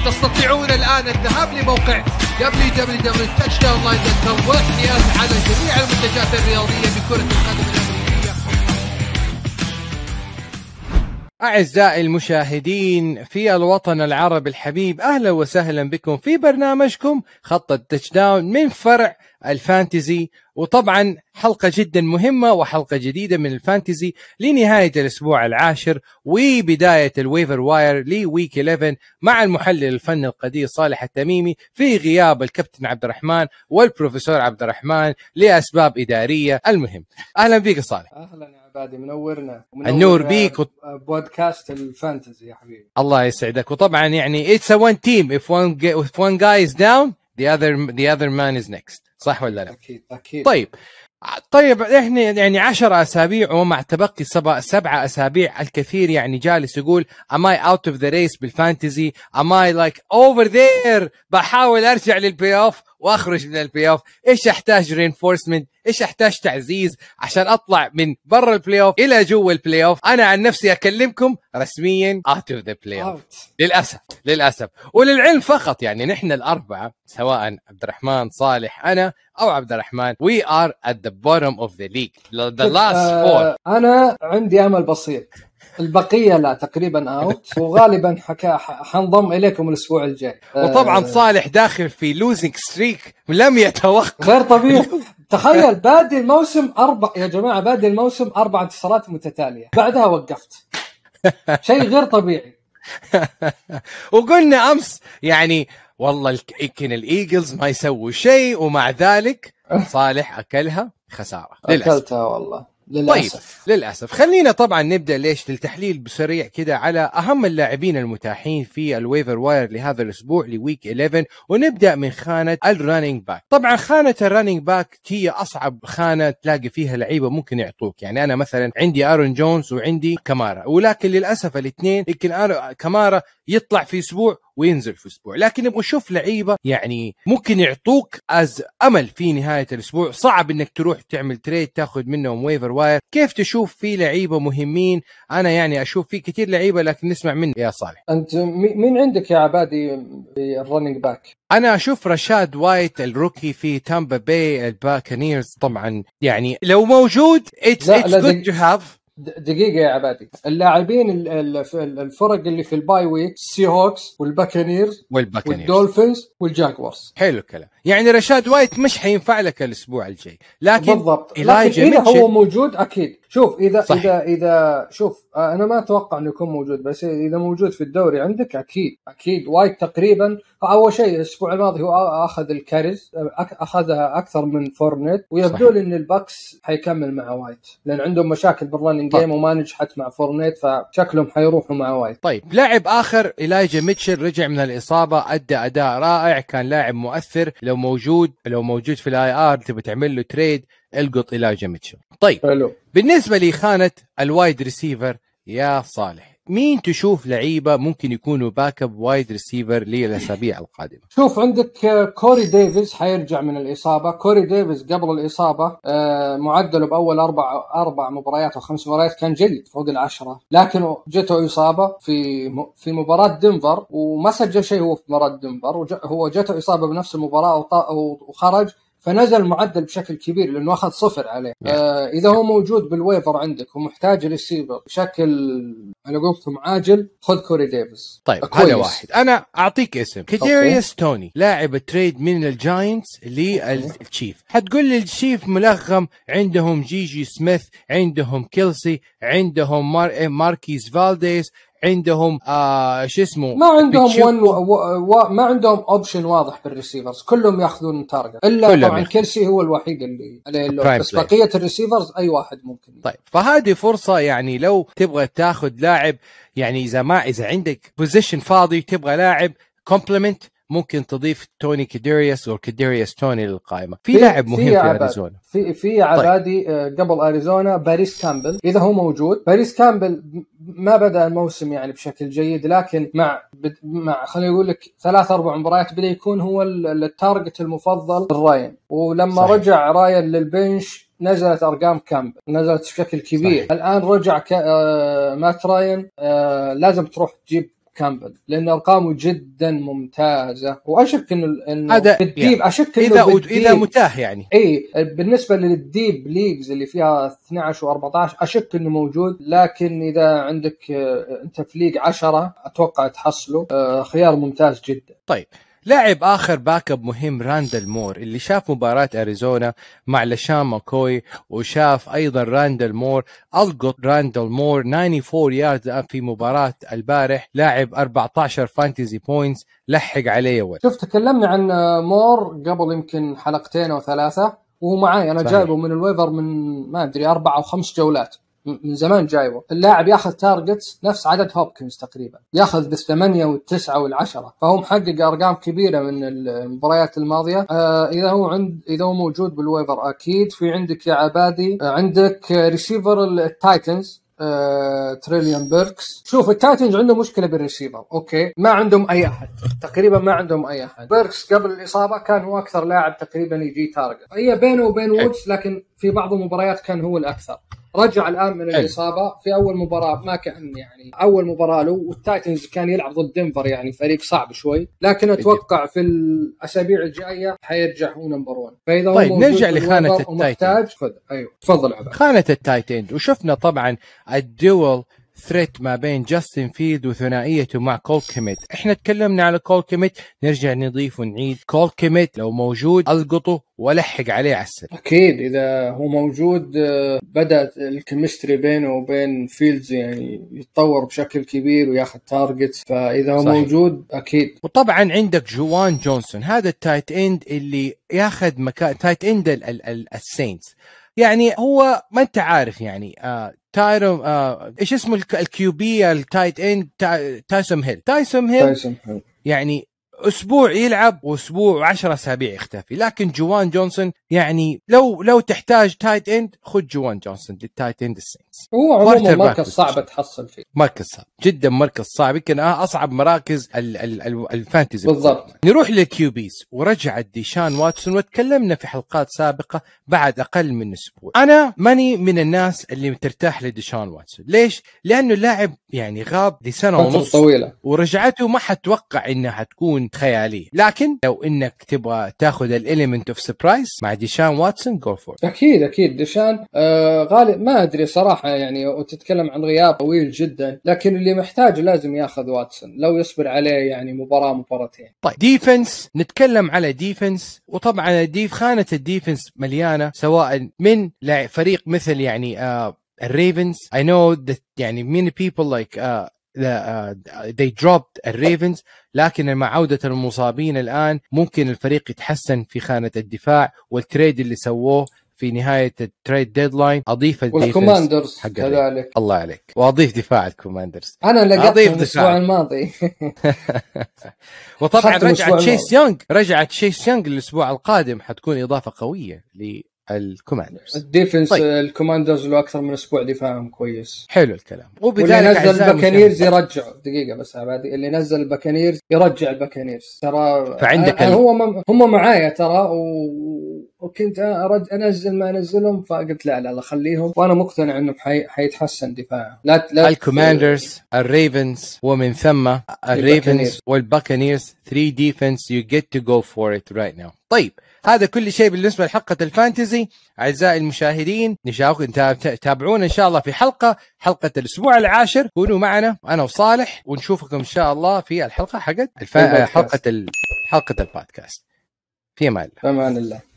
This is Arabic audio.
تستطيعون الآن الذهاب لموقع www.touchdownline.com والاحتياز على جميع المنتجات الرياضية بكرة القدم الأمريكية. أعزائي المشاهدين في الوطن العربي الحبيب، أهلا وسهلا بكم في برنامجكم خط التاتش داون من فرع الفانتزي، وطبعا حلقة جدا مهمة وحلقة جديدة من الفانتزي لنهاية الأسبوع العاشر وبداية الويفر واير لويك 11 مع المحلل الفني القدير صالح التميمي في غياب الكابتن عبد الرحمن والبروفيسور عبد الرحمن لأسباب إدارية. المهم أهلا بك صالح. أهلا يا عبادي، منورنا النور بيك بودكاست الفانتزي يا حبيبي. الله يسعدك. وطبعا يعني it's a one team, if one guy is down the other man is next، صح ولا لا؟ أكيد. طيب احنا يعني 10 أسابيع ومع تبقي 7 أسابيع، الكثير يعني جالس يقول am I out of the race بالفانتزي، am I like over there، بحاول ارجع للبلاي اوف واخرج من البلاي اوف، ايش احتاج رينفورسمنت، ايش احتاج تعزيز عشان اطلع من برا البلاي اوف الى جوا البلاي اوف. انا عن نفسي اكلمكم رسميا out of the play off للاسف. وللعلم فقط يعني نحن الاربعه سواء عبد الرحمن صالح انا او عبد الرحمن we are at the bottom of the league the last four. انا عندي امل بسيط، البقيه لا تقريبا اوت وغالبا حنضم اليكم الاسبوع الجاي. وطبعا صالح داخل في لوزنج ستريك لم يتوقف، غير طبيعي. تخيل بادي الموسم يا جماعه بادي الموسم 4 انتصارات متتاليه، بعدها وقفت. شيء غير طبيعي. وقلنا امس يعني والله يمكن الايجلز ما يسووا شيء، ومع ذلك صالح اكلها خساره اكلتها والله للأسف. طيب للأسف خلينا طبعا نبدأ للتحليل بسريع كده على أهم اللاعبين المتاحين في الويفر واير لهذا الأسبوع لويك 11، ونبدأ من خانة الرانينج باك. طبعا خانة الرانينج باك هي أصعب خانة تلاقي فيها لعيبة ممكن يعطوك، يعني أنا مثلا عندي آرون جونز وعندي كامارا، ولكن للأسف الاثنين يمكن كامارا يطلع في أسبوع وينزل في أسبوع، لكن نبغى نشوف لعيبة يعني ممكن يعطوك أمل في نهاية الأسبوع. صعب إنك تروح تعمل تريد تاخذ منهم ويفر واير. كيف تشوف في لعيبة مهمين؟ أنا يعني أشوف في كتير لعيبة، لكن نسمع منك يا صالح. أنت مين عندك يا عبادي في الرننج باك؟ أنا أشوف رشاد وايت الروكي في تامبا باي الباكانيرز، طبعا يعني لو موجود it's good to have. دقيقة يا عبادي، اللاعبين الفرق اللي في الباي ويك سي هوكس والباكانيرز والدولفينز والجاكورز. حلو الكلام. يعني رشاد وايت مش حينفع لك الأسبوع الجاي، لكن بالضبط. لكن إذا هو موجود أكيد. شوف إذا شوف أنا ما أتوقع إنه يكون موجود، بس إذا موجود في الدوري عندك أكيد وايت تقريبا. أول شيء الأسبوع الماضي هو أخذ الكاريز، أخذها أكثر من فورنيت، ويبدو لي إن الباكس حيكمل مع وايت لأن عندهم مشاكل بالرننج جيم وما نجحت مع فورنيت، فشكلهم حيروحوا مع وايت. طيب لاعب آخر إيلايجا ميتشل رجع من الإصابة، أدى أداء رائع، كان لاعب مؤثر. لو موجود في الآي آر تبي تعمل له تريد القط إيلايجا ميتشل. طيب حلو. بالنسبة لي خانة الوايد ريسيفر يا صالح، مين تشوف لعيبة ممكن يكونوا باك اب وايد ريسيفر للأسابيع القادمة؟ شوف عندك كوري ديفيز حيرجع من الإصابة. كوري ديفيز قبل الإصابة معدله بأول 4 مباريات أو 5 مباريات كان جيد فوق 10، لكن جته إصابة في مباراة دنفر وما سجل شيء. هو في مباراة دنفر هو جته إصابة بنفس المباراة وخرج، فنزل المعدل بشكل كبير لأنه أخذ 0 عليه. إذا هو موجود بالويفر عندك ومحتاج ريسيفر بشكل أنا قلتهم عاجل، خذ كوري ديفيس. طيب هذا واحد. أنا أعطيك اسم كيداريوس توني، لاعب تريد من الجاينتس للتشيف. حتقول لي التشيف ملغم، عندهم جيجي سميث، عندهم كيلسي، عندهم ماركيز فالديز، عندهم شو اسمه، ما عندهم ما عندهم اوبشن واضح بالريسيفرز، كلهم ياخذون تارجت الا طبعا كيلسي هو الوحيد اللي عليه، بس بقيه الريسيفرز اي واحد ممكن. طيب فهذه فرصه، يعني لو تبغى تاخذ لاعب، يعني اذا عندك بوزيشن فاضي تبغى لاعب كومبلمنت، ممكن تضيف توني كيداريوس او كيداريوس توني للقائمه. في لاعب مهم في اريزونا، في عبادي. قبل اريزونا باريس كامبل اذا هو موجود. باريس كامبل ما بدا الموسم يعني بشكل جيد، لكن مع خليني اقول لك 3-4 مباريات بدا يكون هو التارجت المفضل للراين، ولما صحيح. رجع راين للبنش نزلت أرقام كامبل، نزلت بشكل كبير. صحيح. الآن رجع مات راين، لازم تروح تجيب كامبل، لان ارقامه جدا ممتازه، واشك انه هذا بالديب يعني اشك انه اذا متاح يعني. اي بالنسبه للديب ليجز اللي فيها 12 و14 اشك انه موجود، لكن اذا عندك انت في ليج 10 اتوقع تحصله خيار ممتاز جدا. طيب لاعب آخر باك اب مهم راندل مور، اللي شاف مباراة أريزونا مع لشان ماكوي، وشاف أيضا راندل مور ألقط راندل مور 94 يارد في مباراة البارح، لاعب 14 فانتزي بوينتس، لحق عليه أول. شوف تكلمنا عن مور قبل يمكن حلقتين أو 3، وهو معاي أنا صحيح. جايبه من الويفر من ما أدري 4 أو 5 جولات، من زمان جايبه. اللاعب ياخذ تارجتس نفس عدد هوبكنز تقريبا، ياخذ بال8 وال9 وال10، فهو محقق ارقام كبيره من المباريات الماضيه. اذا هو موجود بالويفر اكيد. في عندك يا عبادي عندك ريسيفر التايتنز تريليان بيركس. شوف التايتنز عنده مشكله بالريسيفر، اوكي ما عندهم اي احد تقريبا، ما عندهم اي احد. بيركس قبل الاصابه كان هو اكثر لاعب تقريبا يجي تارجت، هي بينه وبين وودز، لكن في بعض المباريات كان هو الاكثر. رجع الآن من الإصابة. في أول مباراة ما كان يعني أول مباراة له، والتايتنز كان يلعب ضد دنفر يعني فريق صعب شوي، لكن أتوقع في الأسابيع الجاية حيرجع هو نمبر 1. فإذا طيب هو نرجع لخانة التايتنز. أيوه تفضل عباد. خانة التايتنز، وشفنا طبعا الدول ثريت ما بين جاستن فيلد وثنائيته مع كول كيميت. احنا تكلمنا على كول كيميت، نرجع نضيف ونعيد كول كيميت لو موجود القطه ولحق عليه عسل. اكيد اذا هو موجود بدأت الكيمستري بينه وبين فيلدز يعني يتطور بشكل كبير وياخذ تارجتس، فاذا هو صحيح. موجود اكيد. وطبعا عندك جوان جونسون، هذا التايت اند اللي ياخذ مكان تايت اند السينتس، يعني هو ما انت عارف يعني تايرم ايش اسمه الكيوبي التايت اند تايسون هيل يعني اسبوع يلعب واسبوع 10 اسابيع يختفي. لكن جوان جونسون يعني لو تحتاج تايت اند خذ جوان جونسون للتايت اند السينس. هو عموما مركز صعب تحصل فيه، مركز صعب جدا، مركز صعب، يمكن اصعب مراكز الفانتزي بالضبط. نروح للكيوبيز، ورجعت ديشان واتسون، وتكلمنا في حلقات سابقة بعد اقل من اسبوع. انا ماني من الناس اللي ترتاح لديشان واتسون. ليش؟ لانه اللاعب يعني غاب لسنة ونص طويلة، ورجعته ما حتوقع انها حتكون خيالية، لكن لو انك تبغى تاخذ الاليمنت اوف سربرايز مع ديشان واتسون جو فور. اكيد ديشان غالب ما ادري صراحة يعني، وتتكلم عن غياب طويل جدا، لكن اللي محتاج لازم ياخذ واتسون لو يصبر عليه يعني مباراتين. طيب ديفنس، نتكلم على ديفنس، وطبعا خانة الديفنس مليانة، سواء من فريق مثل يعني الريفنز. I know that يعني many people like they dropped الريفنز، لكن مع عودة المصابين الآن ممكن الفريق يتحسن في خانة الدفاع، والتريد اللي سووه في نهاية التريد ديدلاين أضيف والكوماندرز كذلك. الله عليك، وأضيف دفاع الكوماندرز، أنا لقيتهم الأسبوع الماضي. وطبعا رجعت تشيس يونغ الأسبوع القادم، حتكون إضافة قوية الكوماندرز. الديفنس طيب. الكوماندرز له اكثر من اسبوع دفاعهم كويس. حلو الكلام. وبذلك نزل الباكانيرز يرجعوا دقيقه بس عبادي، اللي نزل الباكانيرز يرجع الباكانيرز ترى. فعندك هم معايا ترى، وكنت انزل ما انزلهم، فقلت لا خليهم، وانا مقتنع انه حيتحسن دفاعهم. لا الكوماندرز الريفنز، ومن ثم الريفنز والباكانيرز 3 ديفنس you get to go for it right now. طيب هذا كل شيء بالنسبة لحلقة الفانتزي. أعزائي المشاهدين نشاهدكم تابعونا إن شاء الله في حلقة الأسبوع العاشر، كونوا معنا أنا وصالح، ونشوفكم إن شاء الله في الحلقة حلقة البودكاست. في أمان الله.